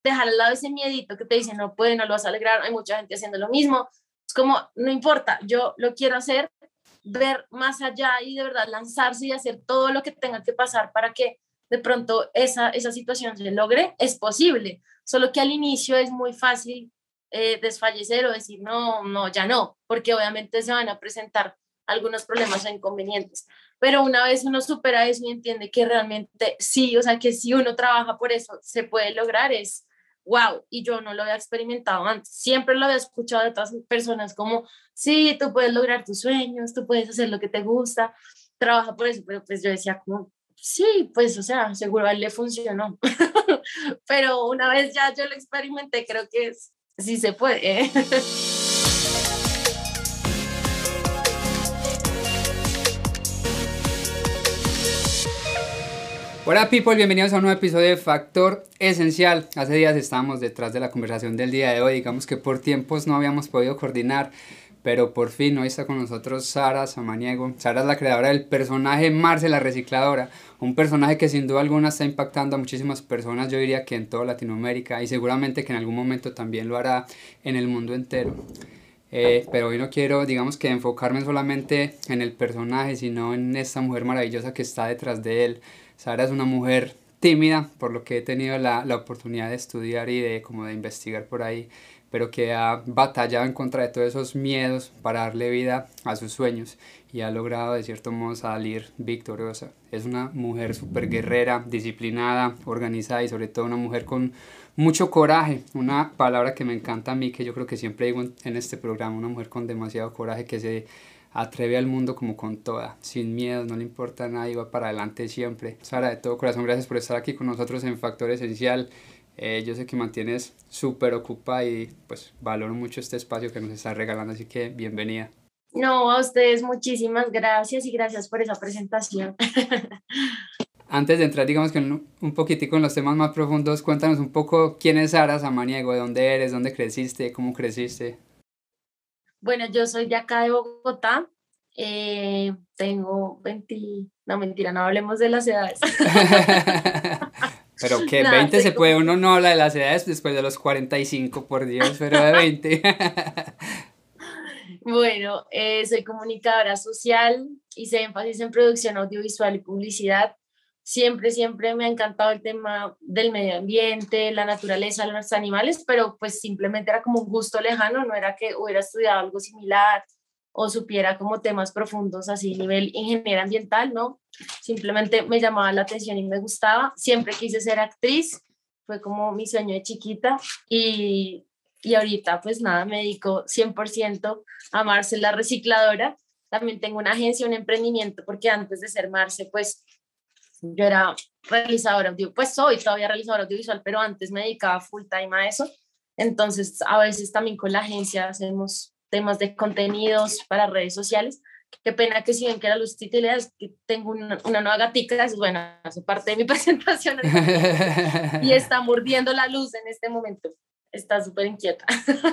dejar al lado ese miedito que te dice no puede, no lo vas a lograr, hay mucha gente haciendo lo mismo, es como, no importa, yo lo quiero hacer, ver más allá y de verdad lanzarse y hacer todo lo que tenga que pasar para que de pronto esa situación se logre, es posible, solo que al inicio es muy fácil desfallecer o decir no, no, ya no, porque obviamente se van a presentar algunos problemas o inconvenientes, pero una vez uno supera eso y entiende que realmente sí, o sea, que si uno trabaja por eso se puede lograr, es wow, y yo no lo había experimentado antes, siempre lo había escuchado de otras personas como, sí, tú puedes lograr tus sueños, tú puedes hacer lo que te gusta, trabaja por eso, pero pues yo decía como, sí, pues, o sea, seguro a él le funcionó, pero una vez ya yo lo experimenté, creo que sí se puede. Hola people, bienvenidos a un nuevo episodio de Factor Esencial. Hace días estábamos detrás de la conversación del día de hoy, digamos que por tiempos no habíamos podido coordinar, pero por fin hoy está con nosotros Sara Samaniego. Sara es la creadora del personaje Marce la Recicladora, un personaje que sin duda alguna está impactando a muchísimas personas, yo diría que en toda Latinoamérica y seguramente que en algún momento también lo hará en el mundo entero. Pero hoy no quiero, digamos que enfocarme solamente en el personaje, sino en esta mujer maravillosa que está detrás de él. Sara es una mujer tímida, por lo que he tenido la oportunidad de estudiar y de, como de investigar por ahí, pero que ha batallado en contra de todos esos miedos para darle vida a sus sueños y ha logrado de cierto modo salir victoriosa. Es una mujer súper guerrera, disciplinada, organizada y sobre todo una mujer con mucho coraje, una palabra que me encanta a mí, que yo creo que siempre digo en este programa, una mujer con demasiado coraje que se atreve al mundo como con toda, sin miedo, no le importa nada y va para adelante siempre. Sara, de todo corazón, gracias por estar aquí con nosotros en Factor Esencial. Yo sé que mantienes súper ocupada y pues valoro mucho este espacio que nos estás regalando, así que bienvenida. No, a ustedes muchísimas gracias y gracias por esa presentación. Antes de entrar, digamos que un poquitico en los temas más profundos, cuéntanos un poco quién es Sara Samaniego, de dónde eres, dónde creciste, cómo creciste. Bueno, yo soy de acá de Bogotá, tengo 20, no mentira, no hablemos de las edades. Pero que Nada, 20 soy se puede, como, uno no habla de las edades después de los 45, por Dios, pero de 20. bueno, soy comunicadora social, hice énfasis en producción audiovisual y publicidad. Siempre me ha encantado el tema del medio ambiente, la naturaleza, los animales, pero pues simplemente era como un gusto lejano, no era que hubiera estudiado algo similar o supiera como temas profundos así a nivel ingeniera ambiental, ¿no? Simplemente me llamaba la atención y me gustaba. Siempre quise ser actriz, fue como mi sueño de chiquita y ahorita pues nada, me dedico 100% a Marce la Recicladora. También tengo una agencia, un emprendimiento, porque antes de ser Marce, pues yo era realizadora audiovisual, pues soy todavía realizadora audiovisual, pero antes me dedicaba full time a eso. Entonces, a veces también con la agencia hacemos temas de contenidos para redes sociales. Qué pena que si ven que la luz titilea, es que tengo una nueva gatica, es bueno, hace parte de mi presentación y está mordiendo la luz en este momento. Está súper inquieta.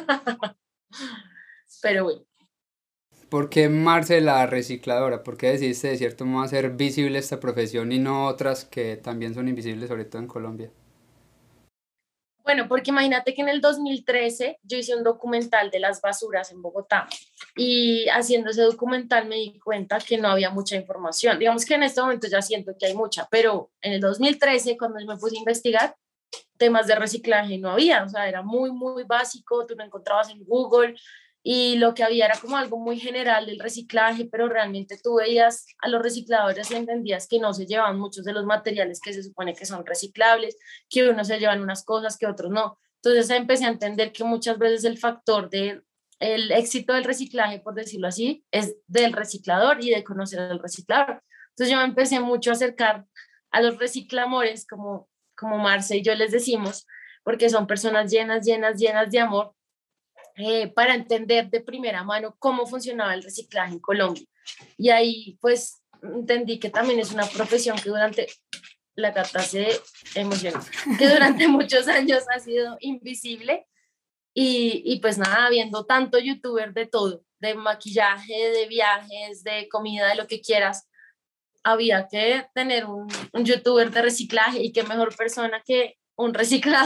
Pero bueno. ¿Por qué Marce la Recicladora? ¿Por qué decidiste de cierto modo hacer visible esta profesión y no otras que también son invisibles, sobre todo en Colombia? Bueno, porque imagínate que en el 2013 yo hice un documental de las basuras en Bogotá y haciendo ese documental me di cuenta que no había mucha información. Digamos que en este momento ya siento que hay mucha, pero en el 2013 cuando yo me puse a investigar, temas de reciclaje no había, o sea, era muy básico, tú lo encontrabas en Google y lo que había era como algo muy general del reciclaje, pero realmente tú veías a los recicladores y entendías que no se llevaban muchos de los materiales que se supone que son reciclables, que unos se llevan unas cosas que otros no. Entonces empecé a entender que muchas veces el factor de el éxito del reciclaje, por decirlo así, es del reciclador y de conocer al reciclador. Entonces yo me empecé mucho a acercar a los reciclamores como Marce y yo les decimos, porque son personas llenas de amor, para entender de primera mano cómo funcionaba el reciclaje en Colombia. Y ahí pues entendí que también es una profesión que durante, la Cata se emocionó, que durante muchos años ha sido invisible y pues nada, viendo tanto youtuber de todo, de maquillaje, de viajes, de comida, de lo que quieras, había que tener un youtuber de reciclaje y qué mejor persona que un reciclador.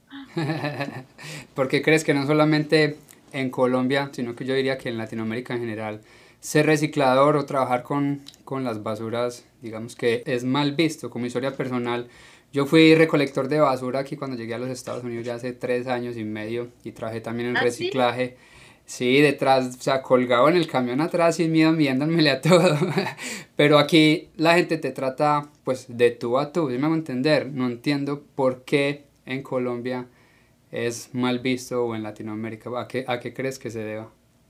¿Por qué crees que no solamente en Colombia, sino que yo diría que en Latinoamérica en general, ser reciclador o trabajar con las basuras, digamos que es mal visto? Como historia personal, yo fui recolector de basura aquí cuando llegué a los Estados Unidos ya hace 3 años y medio y trabajé también en ¿Ah, sí? reciclaje. Sí, detrás, o sea, colgado en el camión atrás sin miedo, mirándome a todo. Pero aquí la gente te trata pues de tú a tú, ¿sí me hago entender? No entiendo por qué en Colombia es mal visto o en Latinoamérica. ¿A qué crees que se deba?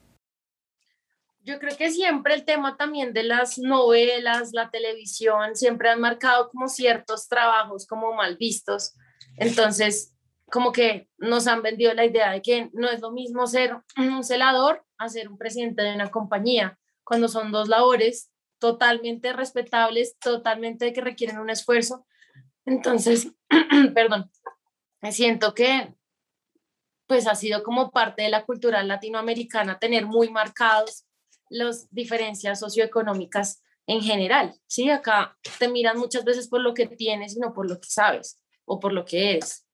Yo creo que siempre el tema también de las novelas, la televisión, siempre han marcado como ciertos trabajos como mal vistos. Entonces, como que nos han vendido la idea de que no es lo mismo ser un celador a ser un presidente de una compañía, cuando son dos labores totalmente respetables, totalmente que requieren un esfuerzo. Entonces, perdón, siento que pues ha sido como parte de la cultura latinoamericana tener muy marcados las diferencias socioeconómicas en general, ¿sí? Acá te miran muchas veces por lo que tienes y no por lo que sabes o por lo que eres.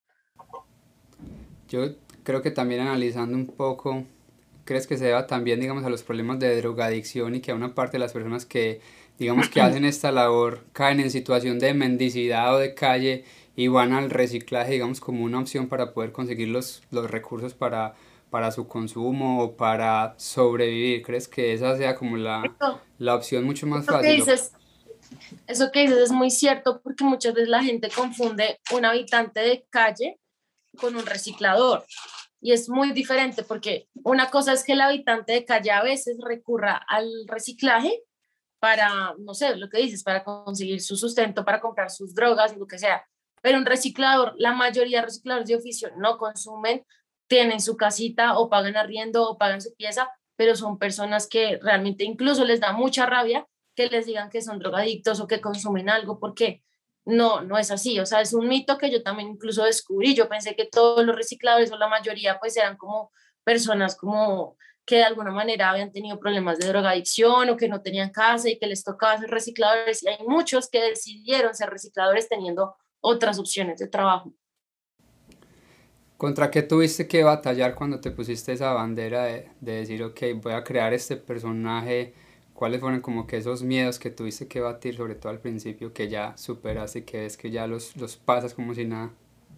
Yo creo que también analizando un poco, ¿crees que se deba también, digamos, a los problemas de drogadicción y que a una parte de las personas que, digamos, que hacen esta labor caen en situación de mendicidad o de calle y van al reciclaje, digamos, como una opción para poder conseguir los recursos para su consumo o para sobrevivir? ¿Crees que esa sea como Eso, la opción mucho más eso que fácil? dices, eso que dices es muy cierto porque muchas veces la gente confunde un habitante de calle con un reciclador. Y es muy diferente porque una cosa es que el habitante de calle a veces recurra al reciclaje para, no sé, lo que dices, para conseguir su sustento, para comprar sus drogas, lo que sea. Pero un reciclador, la mayoría de recicladores de oficio no consumen, tienen su casita o pagan arriendo o pagan su pieza, pero son personas que realmente incluso les da mucha rabia que les digan que son drogadictos o que consumen algo, porque no es así. O sea, es un mito que yo también incluso descubrí. Yo pensé que todos los recicladores o la mayoría pues eran como personas como que de alguna manera habían tenido problemas de drogadicción o que no tenían casa y que les tocaba ser recicladores. Y hay muchos que decidieron ser recicladores teniendo otras opciones de trabajo. ¿Contra qué tuviste que batallar cuando te pusiste esa bandera de decir, ok, voy a crear este personaje? ¿Cuáles fueron como que esos miedos que tuviste que batir, sobre todo al principio, que ya superaste y que ves que ya los pasas como si nada?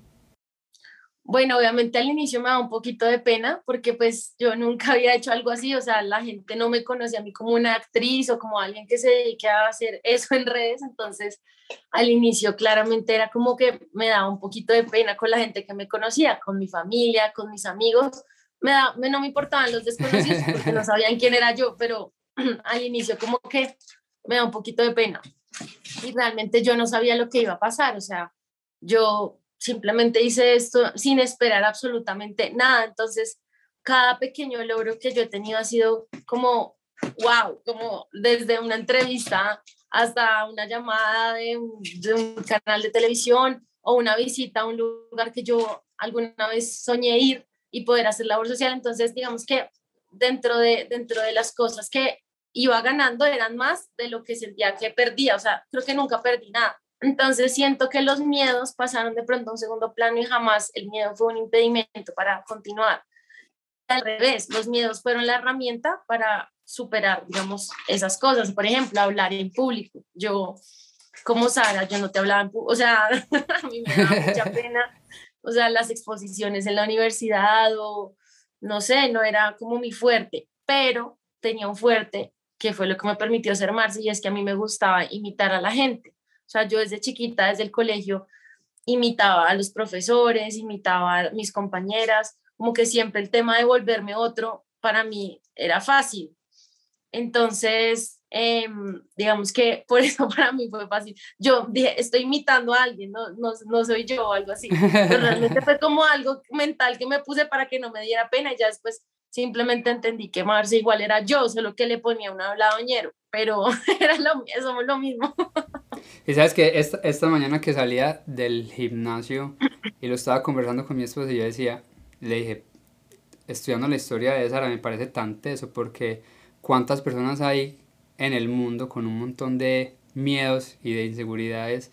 Bueno, obviamente al inicio me da un poquito de pena porque pues yo nunca había hecho algo así, o sea, la gente no me conocía a mí como una actriz o como alguien que se dedique a hacer eso en redes, entonces al inicio claramente era como que me daba un poquito de pena con la gente que me conocía, con mi familia, con mis amigos, no me importaban los desconocidos porque no sabían quién era yo, pero al inicio como que me da un poquito de pena y realmente yo no sabía lo que iba a pasar, o sea, yo simplemente hice esto sin esperar absolutamente nada, entonces cada pequeño logro que yo he tenido ha sido como, wow, como desde una entrevista hasta una llamada de un canal de televisión o una visita a un lugar que yo alguna vez soñé ir y poder hacer labor social, entonces digamos que dentro de las cosas que iba ganando eran más de lo que sentía que perdía, o sea, creo que nunca perdí nada. Entonces siento que los miedos pasaron de pronto a un segundo plano y jamás el miedo fue un impedimento para continuar. Al revés, los miedos fueron la herramienta para superar, digamos, esas cosas. Por ejemplo, hablar en público. Yo, como Sara, yo no te hablaba en público, o sea, a mí me daba mucha pena, o sea, las exposiciones en la universidad o no sé, no era como mi fuerte, pero tenía un fuerte que fue lo que me permitió ser Marce y es que a mí me gustaba imitar a la gente. O sea, yo desde chiquita, desde el colegio, imitaba a los profesores, imitaba a mis compañeras, como que siempre el tema de volverme otro para mí era fácil. Entonces, digamos que por eso para mí fue fácil. Yo dije, estoy imitando a alguien, no soy yo o algo así. Pero realmente fue como algo mental que me puse para que no me diera pena y ya después simplemente entendí que Marce igual era yo, solo que le ponía un habladoñero, pero somos lo mismo. Y sabes que esta mañana que salía del gimnasio y lo estaba conversando con mi esposa y yo decía, le dije, estudiando la historia de Sara me parece tan teso porque cuántas personas hay en el mundo con un montón de miedos y de inseguridades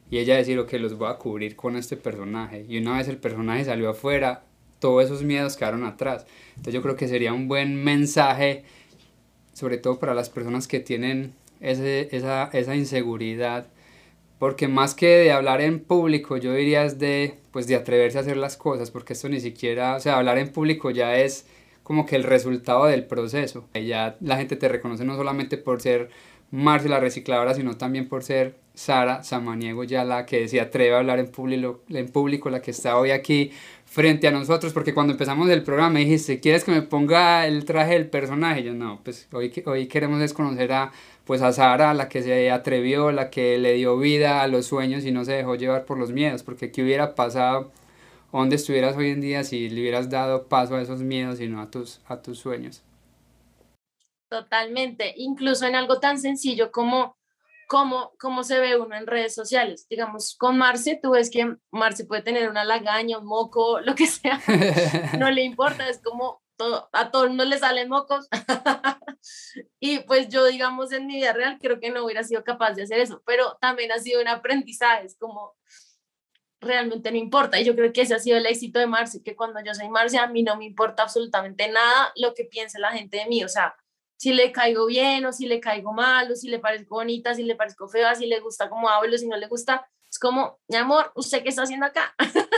y ella decir, ok, los voy a cubrir con este personaje, y una vez el personaje salió afuera, todos esos miedos quedaron atrás. Entonces yo creo que sería un buen mensaje, sobre todo para las personas que tienen esa inseguridad, porque más que de hablar en público, yo diría es de, pues de atreverse a hacer las cosas, porque esto ni siquiera, o sea, hablar en público ya es como que el resultado del proceso. Y ya la gente te reconoce no solamente por ser Marce la recicladora, sino también por ser Sara Samaniego, ya la que se atreve a hablar en público, la que está hoy aquí frente a nosotros, porque cuando empezamos el programa me dijiste, ¿quieres que me ponga el traje del personaje? Y yo no, pues hoy queremos es conocer a, pues a Sara, la que se atrevió, la que le dio vida a los sueños y no se dejó llevar por los miedos, porque ¿qué hubiera pasado? ¿Dónde estuvieras hoy en día si le hubieras dado paso a esos miedos y no a tus sueños? Totalmente, incluso en algo tan sencillo como cómo se ve uno en redes sociales. Digamos, con Marce, tú ves que Marce puede tener una lagaña, un moco, lo que sea, no le importa, es como todo, a todo el mundo le salen mocos. Y pues yo, digamos, en mi vida real creo que no hubiera sido capaz de hacer eso, pero también ha sido un aprendizaje, es como realmente no importa. Y yo creo que ese ha sido el éxito de Marce, que cuando yo soy Marce, a mí no me importa absolutamente nada lo que piense la gente de mí, o sea, si le caigo bien o si le caigo mal, o si le parezco bonita, si le parezco fea, si le gusta cómo hablo, si no le gusta, es como, mi amor, ¿usted qué está haciendo acá?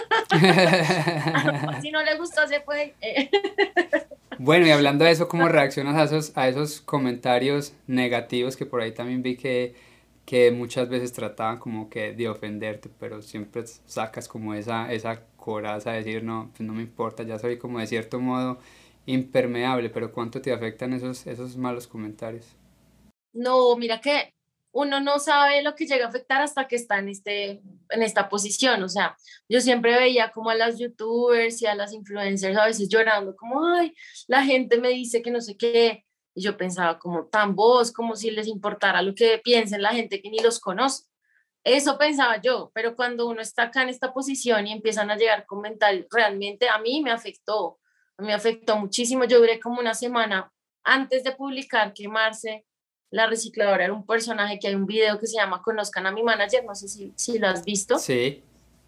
Si no le gustó, se fue. Bueno, y hablando de eso, ¿cómo reaccionas a esos comentarios negativos que por ahí también vi que muchas veces trataban como que de ofenderte, pero siempre sacas como esa coraza de decir, no, pues no me importa, ya soy como de cierto modo impermeable, pero ¿cuánto te afectan esos malos comentarios? No, mira que uno no sabe lo que llega a afectar hasta que está en esta posición. O sea, yo siempre veía como a las youtubers y a las influencers a veces llorando, como, ay, la gente me dice que no sé qué. Y yo pensaba como tan vos, como si les importara lo que piensen la gente que ni los conoce. Eso pensaba yo, pero cuando uno está acá en esta posición y empiezan a llegar comentarios, realmente a mí me afectó muchísimo. Yo duré como una semana antes de publicar que Marce, la recicladora, era un personaje, que hay un video que se llama Conozcan a mi manager, no sé si lo has visto. Sí.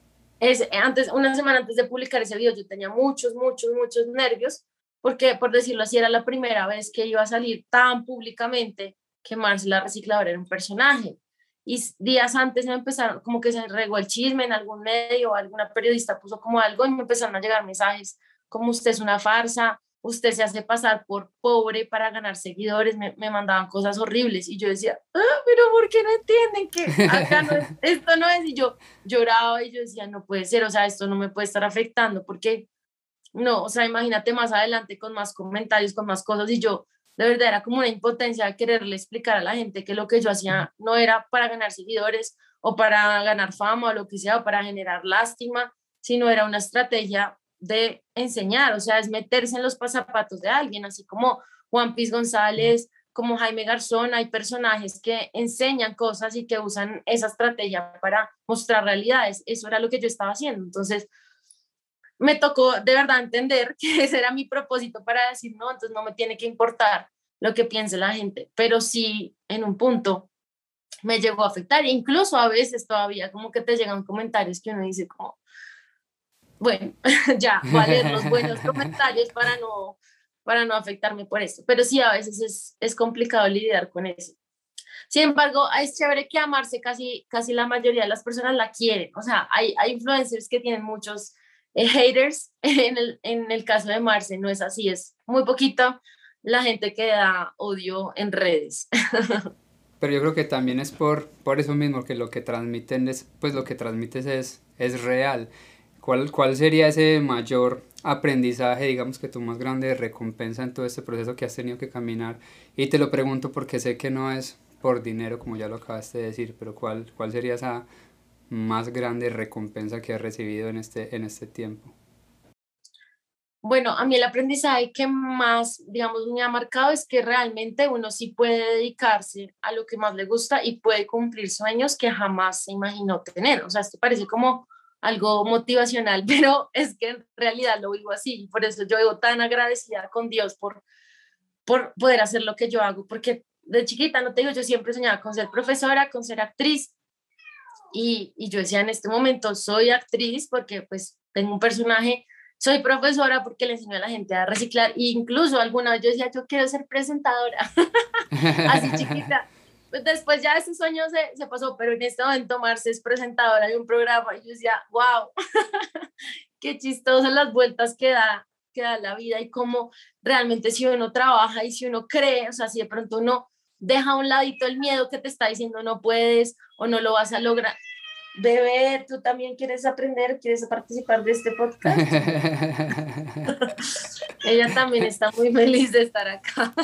Una semana antes de publicar ese video yo tenía muchos nervios, porque por decirlo así era la primera vez que iba a salir tan públicamente que Marce, la recicladora, era un personaje. Y días antes me empezaron, como que se regó el chisme en algún medio, alguna periodista puso como algo y me empezaron a llegar mensajes como usted es una farsa, usted se hace pasar por pobre para ganar seguidores, me mandaban cosas horribles y yo decía, ah, pero ¿por qué no entienden que acá no es, esto no es? Y yo lloraba y yo decía, no puede ser, o sea, esto no me puede estar afectando porque no, o sea, imagínate más adelante con más comentarios, con más cosas y yo de verdad era como una impotencia de quererle explicar a la gente que lo que yo hacía no era para ganar seguidores o para ganar fama o lo que sea, o para generar lástima, sino era una estrategia de enseñar, o sea, es meterse en los zapatos de alguien, así como Juan Piz González, como Jaime Garzón, hay personajes que enseñan cosas y que usan esa estrategia para mostrar realidades. Eso era lo que yo estaba haciendo. Entonces, me tocó de verdad entender que ese era mi propósito para decir, no, entonces no me tiene que importar lo que piense la gente, pero sí en un punto me llegó a afectar, e incluso a veces todavía como que te llegan comentarios que uno dice como, bueno, ya, voy a leer los buenos comentarios para no afectarme por esto, pero sí, a veces es complicado lidiar con eso. Sin embargo, es chévere que amarse casi la mayoría de las personas la quieren. O sea, hay influencers que tienen muchos haters. En el caso de Marce no es así, es muy poquito la gente que da odio en redes. Pero yo creo que también es por eso mismo que lo que transmiten es, pues lo que transmites es real. ¿Cuál sería ese mayor aprendizaje, digamos que tu más grande recompensa en todo este proceso que has tenido que caminar? Y te lo pregunto porque sé que no es por dinero, como ya lo acabaste de decir, pero ¿cuál sería esa más grande recompensa que has recibido en este tiempo? Bueno, a mí el aprendizaje que más, digamos, me ha marcado es que realmente uno sí puede dedicarse a lo que más le gusta y puede cumplir sueños que jamás se imaginó tener. O sea, esto parece como algo motivacional, pero es que en realidad lo vivo así y por eso yo vivo tan agradecida con Dios por poder hacer lo que yo hago, porque de chiquita, no te digo, yo siempre soñaba con ser profesora, con ser actriz, y yo decía, en este momento soy actriz porque pues tengo un personaje, soy profesora porque le enseño a la gente a reciclar, e incluso alguna vez yo decía, yo quiero ser presentadora, así chiquita. Pues después ya ese sueño se pasó, pero en este momento Marce es presentadora de un programa y yo decía, wow, qué chistosas las vueltas que da la vida y cómo realmente si uno trabaja y si uno cree, o sea, si de pronto uno deja a un ladito el miedo que te está diciendo no puedes o no lo vas a lograr. Bebé, ¿tú también quieres aprender? ¿Quieres participar de este podcast? Ella también está muy feliz de estar acá.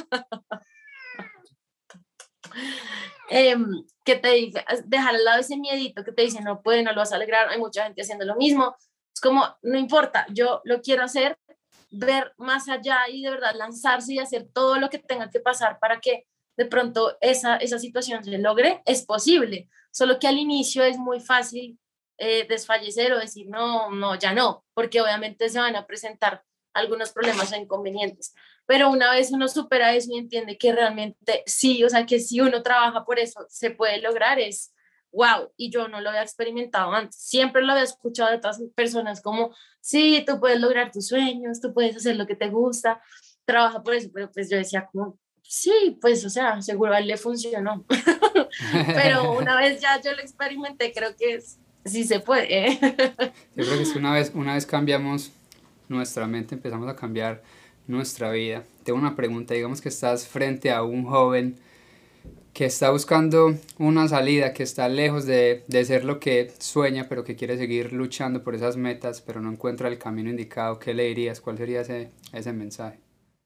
Que te dice, dejar al lado ese miedito que te dice no puede, no lo vas a lograr, hay mucha gente haciendo lo mismo, es como, no importa, yo lo quiero hacer, ver más allá y de verdad lanzarse y hacer todo lo que tenga que pasar para que de pronto esa situación se logre, es posible, solo que al inicio es muy fácil desfallecer o decir no, no, ya no, porque obviamente se van a presentar algunos problemas o inconvenientes. Pero una vez uno supera eso y entiende que realmente sí, o sea, que si uno trabaja por eso se puede lograr, es wow. Y yo no lo había experimentado antes. Siempre lo había escuchado de otras personas como, sí, tú puedes lograr tus sueños, tú puedes hacer lo que te gusta, trabaja por eso. Pero pues yo decía como, sí, pues, o sea, seguro a él le funcionó. Pero una vez ya yo lo experimenté, creo que sí se puede. Yo creo que es que una vez cambiamos nuestra mente, empezamos a cambiar nuestra vida. Tengo una pregunta, digamos que estás frente a un joven que está buscando una salida, que está lejos de ser lo que sueña, pero que quiere seguir luchando por esas metas, pero no encuentra el camino indicado. ¿Qué le dirías? ¿Cuál sería ese mensaje?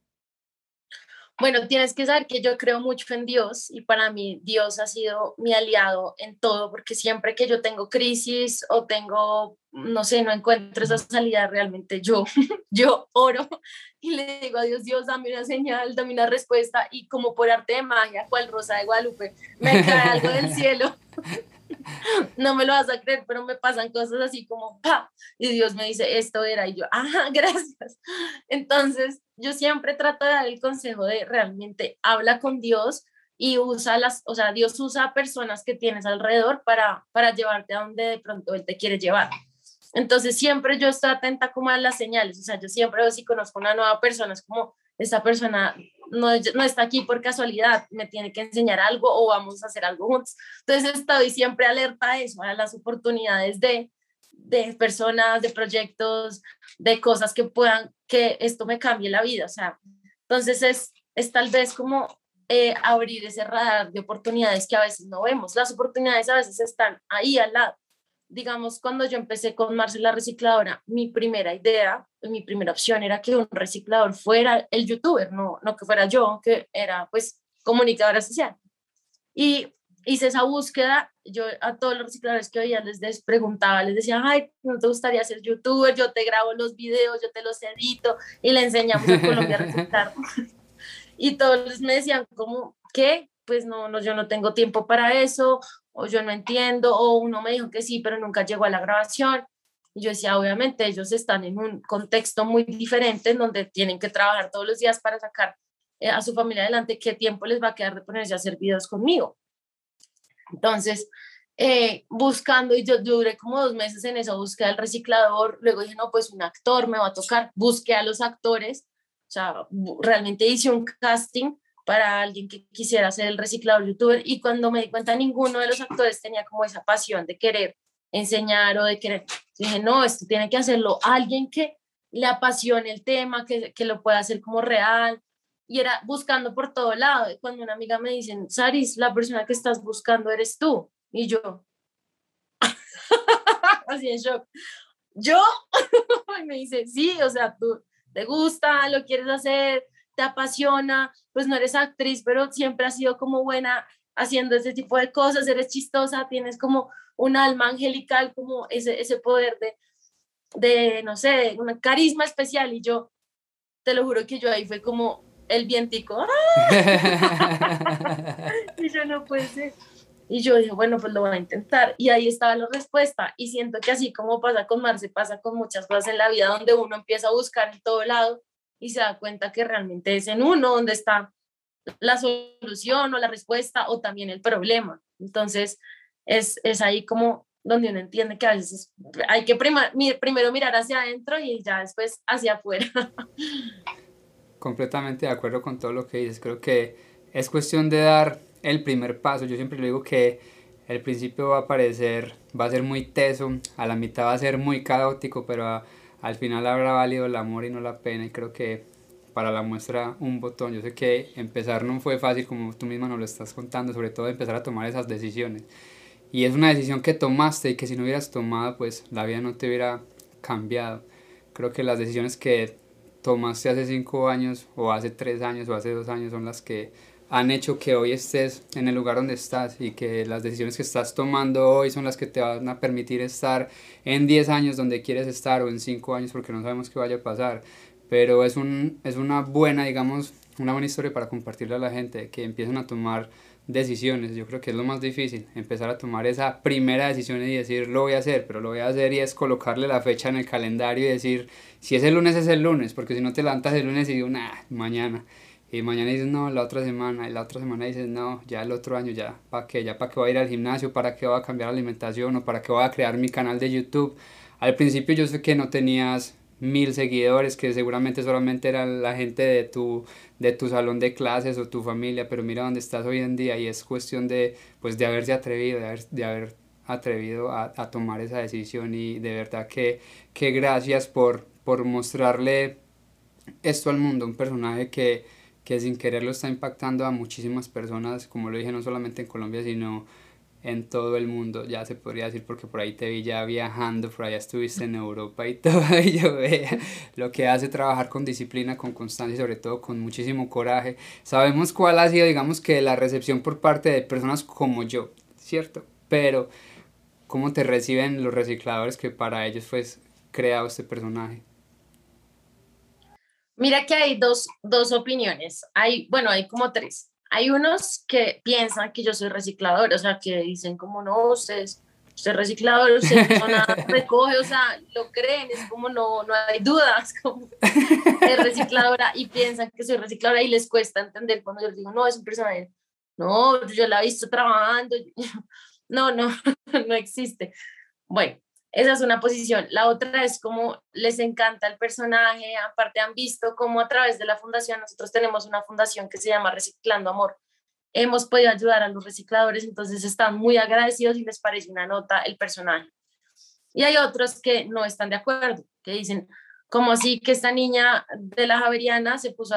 Bueno, tienes que saber que yo creo mucho en Dios y para mí Dios ha sido mi aliado en todo, porque siempre que yo tengo crisis o tengo, no sé, no encuentro esa salida, realmente yo oro y le digo a Dios, Dios, dame una señal, dame una respuesta y como por arte de magia, cual Rosa de Guadalupe, me cae algo del cielo. No me lo vas a creer, pero me pasan cosas así como, ¡pa! Y Dios me dice, esto era, y yo, ajá, gracias. Entonces, yo siempre trato de dar el consejo de realmente habla con Dios y usa o sea, Dios usa a personas que tienes alrededor para llevarte a donde de pronto Él te quiere llevar. Entonces, siempre yo estoy atenta como a las señales, o sea, yo siempre veo si conozco una nueva persona, es como, esta persona no está aquí por casualidad, me tiene que enseñar algo o vamos a hacer algo juntos. Entonces estoy siempre alerta a eso, a las oportunidades de personas, de proyectos, de cosas que puedan, que esto me cambie la vida. O sea, entonces es tal vez como abrir ese radar de oportunidades que a veces no vemos. Las oportunidades a veces están ahí al lado. Digamos, cuando yo empecé con Marcela Recicladora, mi primera idea, mi primera opción era que un reciclador fuera el youtuber, no que fuera yo, que era pues comunicadora social. Y hice esa búsqueda, yo a todos los recicladores que veía les preguntaba, les decía, ay, ¿no te gustaría ser youtuber? Yo te grabo los videos, yo te los edito y le enseñamos a Colombia a reciclar. Y todos me decían como, ¿qué? Pues no, yo no tengo tiempo para eso, o yo no entiendo, o uno me dijo que sí, pero nunca llegó a la grabación. Y yo decía, obviamente ellos están en un contexto muy diferente en donde tienen que trabajar todos los días para sacar a su familia adelante, ¿qué tiempo les va a quedar de ponerse a hacer videos conmigo? Entonces, buscando, y yo duré como 2 meses en esa búsqueda del reciclador, luego dije, no, pues un actor me va a tocar, busqué a los actores, o sea, realmente hice un casting para alguien que quisiera ser el reciclador youtuber y cuando me di cuenta ninguno de los actores tenía como esa pasión de querer enseñar o de querer, dije, no, esto tiene que hacerlo alguien que le apasione el tema, que lo pueda hacer como real, y era buscando por todo lado. Y cuando una amiga me dice, Saris, la persona que estás buscando eres tú. Y yo, así en shock. ¿Yo? Y me dice, sí, o sea, tú te gusta, lo quieres hacer, te apasiona, pues no eres actriz, pero siempre has sido como buena haciendo ese tipo de cosas, eres chistosa, tienes como un alma angelical, como ese poder no sé, un carisma especial. Y yo, te lo juro que yo ahí fue como el vientico, y yo no puede ser. Y yo dije, bueno, pues lo voy a intentar. Y ahí estaba la respuesta. Y siento que así como pasa con Marce, pasa con muchas cosas en la vida donde uno empieza a buscar en todo lado y se da cuenta que realmente es en uno donde está la solución o la respuesta o también el problema. Entonces, es ahí como donde uno entiende que a veces hay que primero mirar hacia adentro y ya después hacia afuera. Completamente de acuerdo con todo lo que dices. Creo que es cuestión de dar el primer paso. Yo siempre le digo que el principio va a parecer, va a ser muy teso, a la mitad va a ser muy caótico, pero al final habrá valido el amor y no la pena. Y creo que para la muestra un botón. Yo sé que empezar no fue fácil, como tú misma nos lo estás contando, sobre todo empezar a tomar esas decisiones. Y es una decisión que tomaste y que si no hubieras tomado, pues la vida no te hubiera cambiado. Creo que las decisiones que tomaste hace 5 años o hace 3 años o hace 2 años son las que han hecho que hoy estés en el lugar donde estás, y que las decisiones que estás tomando hoy son las que te van a permitir estar en 10 años donde quieres estar, o en 5 años, porque no sabemos qué vaya a pasar. Pero es una buena, digamos, una buena historia para compartirle a la gente, que empiecen a tomar decisiones. Yo creo que es lo más difícil, empezar a tomar esa primera decisión y decir lo voy a hacer, pero lo voy a hacer, y es colocarle la fecha en el calendario y decir si es el lunes, porque si no te levantas el lunes y digo, nah, mañana, y mañana dices no, la otra semana, y la otra semana dices no, ya el otro año, ya para qué, ya para qué voy a ir al gimnasio, para qué voy a cambiar la alimentación, o para qué voy a crear mi canal de YouTube. Al principio yo sé que no tenías 1000 seguidores, que seguramente solamente era la gente de tu salón de clases o tu familia, pero mira dónde estás hoy en día, y es cuestión de, pues, de haberse atrevido, de haber atrevido a tomar esa decisión. Y de verdad que gracias por mostrarle esto al mundo, un personaje que sin querer lo está impactando a muchísimas personas, como lo dije, no solamente en Colombia, sino en todo el mundo, ya se podría decir, porque por ahí te vi ya viajando, por allá estuviste en Europa y todo, y yo vea lo que hace trabajar con disciplina, con constancia y sobre todo con muchísimo coraje. Sabemos cuál ha sido, digamos, que la recepción por parte de personas como yo, ¿cierto? Pero cómo te reciben los recicladores, que para ellos fue creado este personaje. Mira que hay dos opiniones. Bueno, hay como tres. Hay unos que piensan que yo soy reciclador, o sea, que dicen como no, usted es reciclador, usted persona recoge, o sea, lo creen, es como no hay dudas, como es recicladora y piensan que soy recicladora y les cuesta entender cuando yo les digo, no, es un personaje. No, yo la he visto trabajando. No, no, no existe. Bueno, esa es una posición. La otra es como les encanta el personaje. Aparte han visto cómo a través de la fundación, nosotros tenemos una fundación que se llama Reciclando Amor. Hemos podido ayudar a los recicladores, entonces están muy agradecidos y les parece una nota el personaje. Y hay otros que no están de acuerdo, que dicen, como así que esta niña de la Javeriana se puso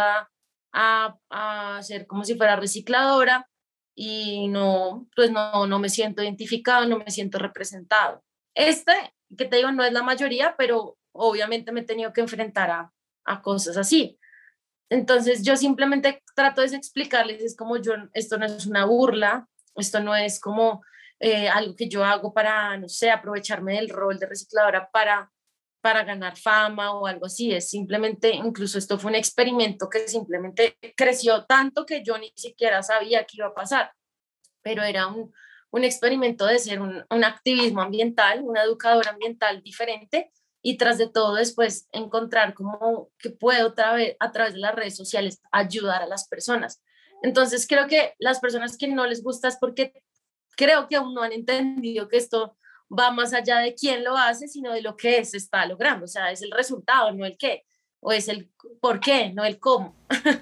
a hacer como si fuera recicladora y no, pues no me siento identificado, no me siento representado. Este, que te digo, no es la mayoría, pero obviamente me he tenido que enfrentar a cosas así. Entonces yo simplemente trato de explicarles, es como yo, esto no es una burla, esto no es como algo que yo hago para, no sé, aprovecharme del rol de recicladora para ganar fama o algo así, es simplemente, incluso esto fue un experimento que simplemente creció tanto que yo ni siquiera sabía qué iba a pasar, pero era un experimento de ser un activismo ambiental, una educadora ambiental diferente y tras de todo después encontrar cómo que puedo otra vez, a través de las redes sociales ayudar a las personas. Entonces creo que las personas que no les gusta es porque creo que aún no han entendido que esto va más allá de quién lo hace, sino de lo que se está logrando. O sea, es el resultado, no el qué, o es el por qué, no el cómo.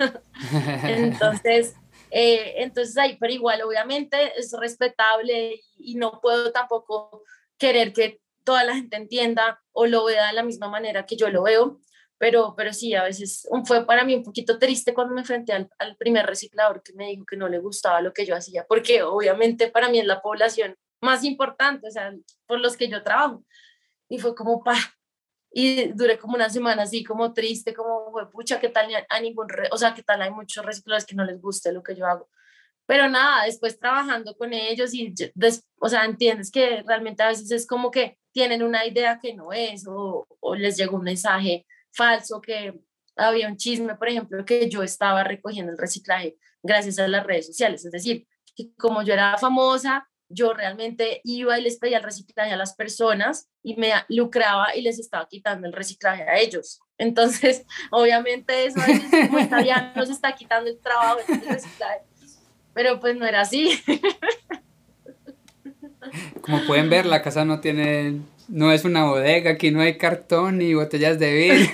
Entonces, entonces ahí, pero igual obviamente es respetable y no puedo tampoco querer que toda la gente entienda o lo vea de la misma manera que yo lo veo, pero sí, a veces fue para mí un poquito triste cuando me enfrenté al primer reciclador que me dijo que no le gustaba lo que yo hacía, porque obviamente para mí es la población más importante, o sea, por los que yo trabajo. Y fue como, pa, y duré como una semana así, como triste, como, pucha, ¿qué tal a ningún, o sea, qué tal hay muchos recicladores que no les guste lo que yo hago? Pero nada, después trabajando con ellos y, o sea, entiendes que realmente a veces es como que tienen una idea que no es o les llegó un mensaje falso, que había un chisme, por ejemplo, que yo estaba recogiendo el reciclaje gracias a las redes sociales, es decir, que como yo era famosa, yo realmente iba y les pedía el reciclaje a las personas y me lucraba y les estaba quitando el reciclaje a ellos. Entonces, obviamente eso a veces como ya nos está quitando el trabajo, el reciclaje, pero pues no era así. Como pueden ver, la casa no es una bodega, aquí no hay cartón ni botellas de vidrio.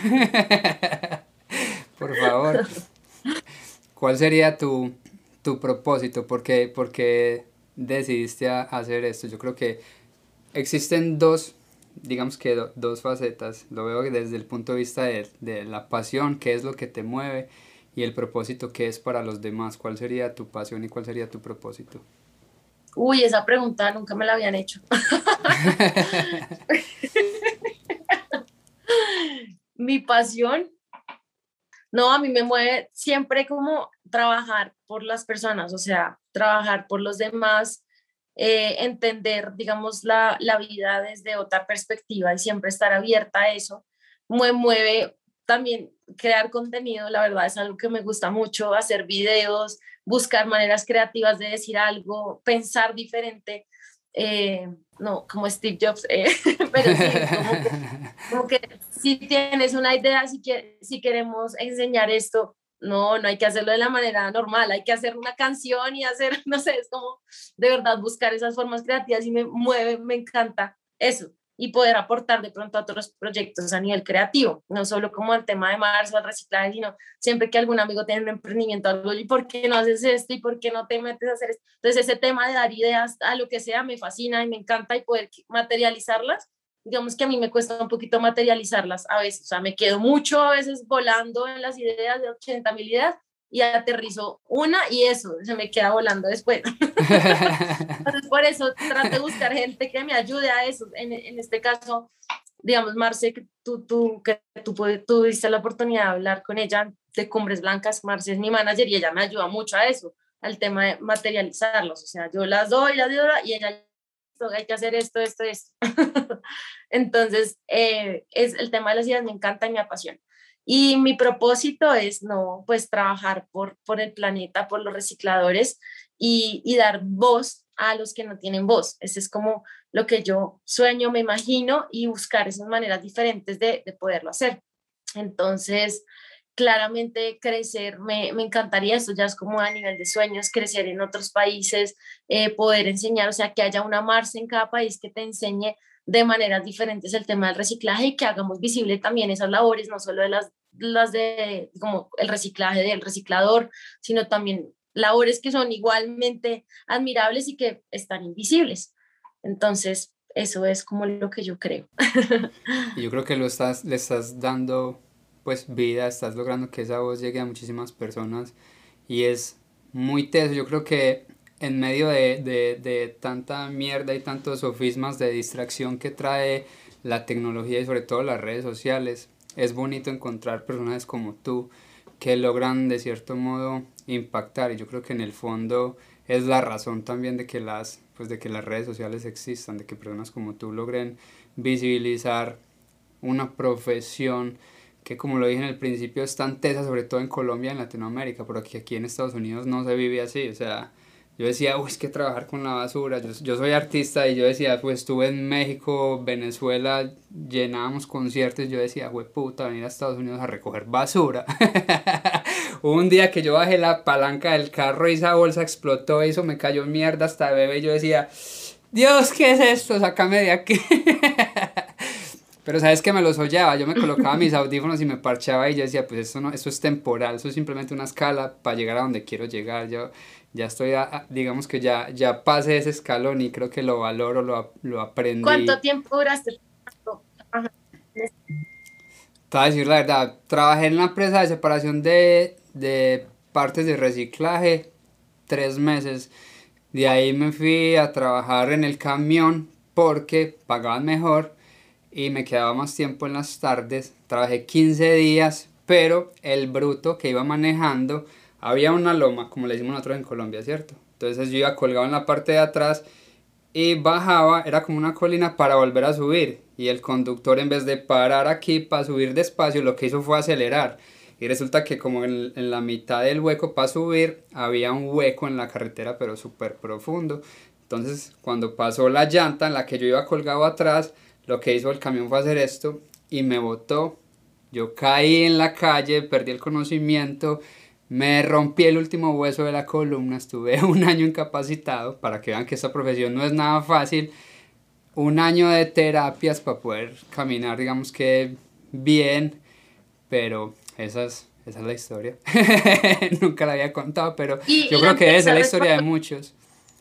Por favor, ¿cuál sería tu propósito? Por qué decidiste hacer esto? Yo creo que existen dos, digamos que dos facetas. Lo veo desde el punto de vista de la pasión, qué es lo que te mueve, y el propósito, qué es para los demás. ¿Cuál sería tu pasión y cuál sería tu propósito? Uy, esa pregunta nunca me la habían hecho. Mi pasión, no, a mí me mueve siempre como trabajar por las personas, o sea, trabajar por los demás, entender, digamos, la vida desde otra perspectiva y siempre estar abierta a eso. Me mueve también crear contenido, la verdad es algo que me gusta mucho, hacer videos, buscar maneras creativas de decir algo, pensar diferente. No, como Steve Jobs, pero sí, como que si tienes una idea, si queremos enseñar esto, no hay que hacerlo de la manera normal, hay que hacer una canción y hacer, no sé, es como de verdad buscar esas formas creativas y me mueve, me encanta eso y poder aportar de pronto a otros proyectos a nivel creativo, no solo como el tema de marzo, el reciclaje, sino siempre que algún amigo tiene un emprendimiento, algo, ¿y por qué no haces esto? ¿Y por qué no te metes a hacer esto? Entonces ese tema de dar ideas a lo que sea me fascina y me encanta y poder materializarlas, digamos que a mí me cuesta un poquito materializarlas a veces, o sea, me quedo mucho a veces volando en las ideas de 80.000 ideas y aterrizo una y eso, se me queda volando después. Entonces, por eso trato de buscar gente que me ayude a eso. En este caso, digamos, Marce, que tú tuviste la oportunidad de hablar con ella de Cumbres Blancas, Marce es mi manager y ella me ayuda mucho a eso, al tema de materializarlos. O sea, yo las doy y ella hay que hacer esto, esto, esto. Entonces, es el tema de las ideas me encanta y me apasiona. Y mi propósito es, no, pues trabajar por el planeta, por los recicladores y dar voz a los que no tienen voz. Ese es como lo que yo sueño, me imagino, y buscar esas maneras diferentes de poderlo hacer. Entonces, claramente crecer, me encantaría, esto ya es como a nivel de sueños, crecer en otros países, poder enseñar, o sea, que haya una Marce en cada país que te enseñe de maneras diferentes el tema del reciclaje y que hagamos visible también esas labores, no solo de las de como el reciclaje del reciclador, sino también labores que son igualmente admirables y que están invisibles. Entonces, eso es como lo que yo creo. Y yo creo que le estás dando pues vida, estás logrando que esa voz llegue a muchísimas personas y es muy teso. Yo creo que en medio de tanta mierda y tantos sofismas de distracción que trae la tecnología y sobre todo las redes sociales, es bonito encontrar personas como tú que logran de cierto modo impactar, y yo creo que en el fondo es la razón también de que de que las redes sociales existan, de que personas como tú logren visibilizar una profesión que, como lo dije en el principio, es tan tesa, sobre todo en Colombia y en Latinoamérica, porque aquí en Estados Unidos no se vive así. O sea, yo decía, uy, es que trabajar con la basura. Yo soy artista y yo decía, pues estuve en México, Venezuela, llenábamos conciertos. Yo decía, güey, puta, venir a Estados Unidos a recoger basura. Hubo un día que yo bajé la palanca del carro y esa bolsa explotó y eso me cayó mierda hasta bebé. Y yo decía, Dios, ¿qué es esto? Sácame de aquí. Pero sabes que me los hollaba, yo me colocaba mis audífonos y me parchaba y yo decía, pues esto no, esto es temporal, eso es simplemente una escala para llegar a donde quiero llegar. Yo ya estoy, digamos que ya pasé ese escalón y creo que lo valoro, lo ¿Cuánto aprendí. tiempo duraste? Ajá. Te voy a decir la verdad, trabajé en la empresa de separación de partes de reciclaje 3 meses. De ahí me fui a trabajar en el camión porque pagaban mejor y me quedaba más tiempo en las tardes. Trabajé 15 días, pero el bruto que iba manejando, había una loma, como le decimos nosotros en Colombia, ¿cierto? Entonces yo iba colgado en la parte de atrás y bajaba, era como una colina para volver a subir. Y el conductor, en vez de parar aquí para subir despacio, lo que hizo fue acelerar. Y resulta que como en la mitad del hueco para subir, había un hueco en la carretera, pero súper profundo. Entonces, cuando pasó la llanta en la que yo iba colgado atrás, lo que hizo el camión fue hacer esto y me botó. Yo caí en la calle, perdí el conocimiento, Me rompí el último hueso de la columna, estuve un año incapacitado, para que vean que esta profesión no es nada fácil. Un año de terapias para poder caminar, digamos que bien, pero esa es la historia. Nunca la había contado, pero yo Y la creo que esa empresa es la historia de respondió. muchos.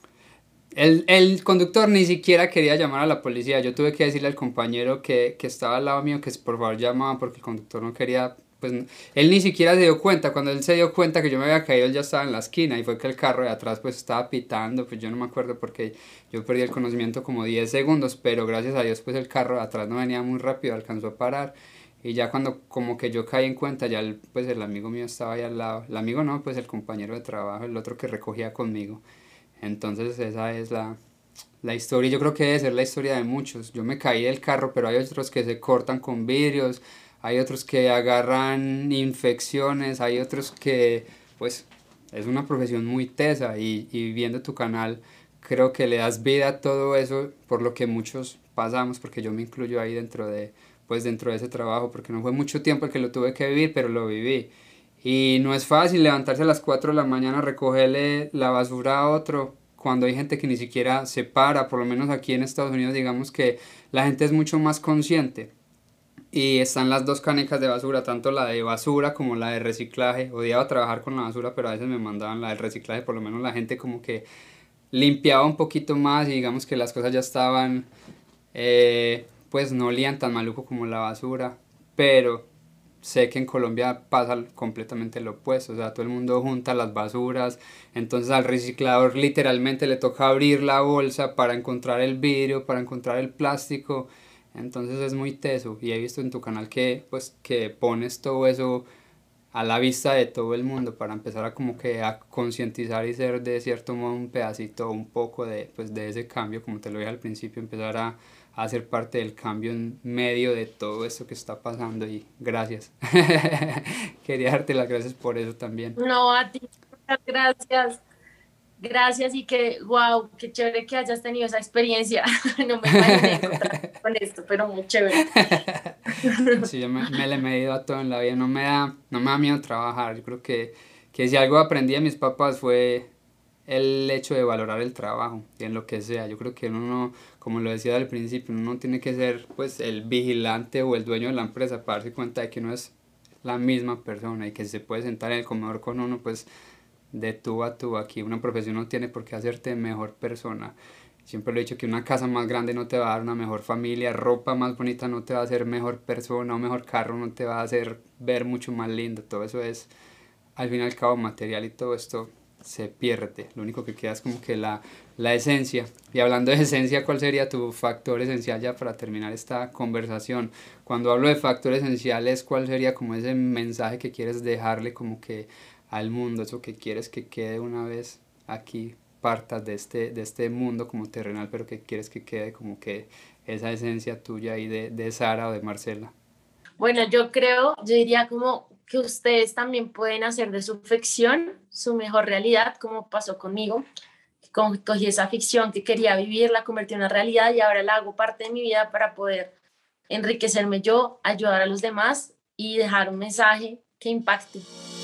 El conductor ni siquiera quería llamar a la policía. Yo tuve que decirle al compañero que estaba al lado mío que por favor llamaba porque el conductor no quería. Pues él ni siquiera se dio cuenta. Cuando él se dio cuenta que yo me había caído, él ya estaba en la esquina y fue que el carro de atrás pues estaba pitando. Pues yo no me acuerdo porque yo perdí el conocimiento como 10 segundos, pero gracias a Dios pues el carro de atrás no venía muy rápido, alcanzó a parar. Y ya cuando como que yo caí en cuenta, ya pues el amigo mío estaba ahí al lado. El amigo no, pues el compañero de trabajo, el otro que recogía conmigo. Entonces esa es la historia. Yo creo que debe ser la historia de muchos. Yo me caí del carro, pero hay otros que se cortan con vidrios, hay otros que agarran infecciones, hay otros que pues es una profesión muy tesa y viendo tu canal creo que le das vida a todo eso por lo que muchos pasamos, porque yo me incluyo ahí dentro de ese trabajo, porque no fue mucho tiempo el que lo tuve que vivir, pero lo viví. Y no es fácil levantarse a las 4 de la mañana, recogerle la basura a otro, cuando hay gente que ni siquiera se para, por lo menos aquí en Estados Unidos digamos que la gente es mucho más consciente. Y están las dos canecas de basura, tanto la de basura como la de reciclaje. Odiaba trabajar con la basura, pero a veces me mandaban la del reciclaje, por lo menos la gente como que limpiaba un poquito más y digamos que las cosas ya estaban, pues no olían tan maluco como la basura, pero sé que en Colombia pasa completamente lo opuesto, o sea, todo el mundo junta las basuras, entonces al reciclador literalmente le toca abrir la bolsa para encontrar el vidrio, para encontrar el plástico, entonces es muy teso y he visto en tu canal que pues que pones todo eso a la vista de todo el mundo para empezar a como que a concientizar y ser de cierto modo un pedacito, un poco de, pues de ese cambio, como te lo dije al principio, empezar a ser parte del cambio en medio de todo esto que está pasando y gracias. Quería darte las gracias por eso también. No, a ti, muchas gracias. Gracias y que, wow, qué chévere que hayas tenido esa experiencia. No me imaginé encontrar con esto, pero muy chévere. Sí, yo me le he medido a todo en la vida, no me da miedo trabajar. Yo creo que si algo aprendí de mis papás fue el hecho de valorar el trabajo y en lo que sea. Yo creo que uno no, como lo decía al principio, uno no tiene que ser pues el vigilante o el dueño de la empresa para darse cuenta de que uno es la misma persona y que si se puede sentar en el comedor con uno, pues de tú a tú. Aquí una profesión no tiene por qué hacerte mejor persona. Siempre lo he dicho que una casa más grande no te va a dar una mejor familia, ropa más bonita no te va a hacer mejor persona, un mejor carro no te va a hacer ver mucho más lindo. Todo eso es al fin y al cabo material y todo esto se pierde. Lo único que queda es como que la esencia. Y hablando de esencia, ¿cuál sería tu factor esencial ya para terminar esta conversación? Cuando hablo de factores esenciales, ¿cuál sería como ese mensaje que quieres dejarle como que al mundo, eso que quieres que quede una vez aquí partas de este mundo como terrenal, pero que quieres que quede como que esa esencia tuya ahí de Sara o de Marcela? Bueno, yo diría como que ustedes también pueden hacer de su ficción su mejor realidad, como pasó conmigo. Cogí esa ficción que quería vivir, la convertí en una realidad y ahora la hago parte de mi vida para poder enriquecerme yo, ayudar a los demás y dejar un mensaje que impacte.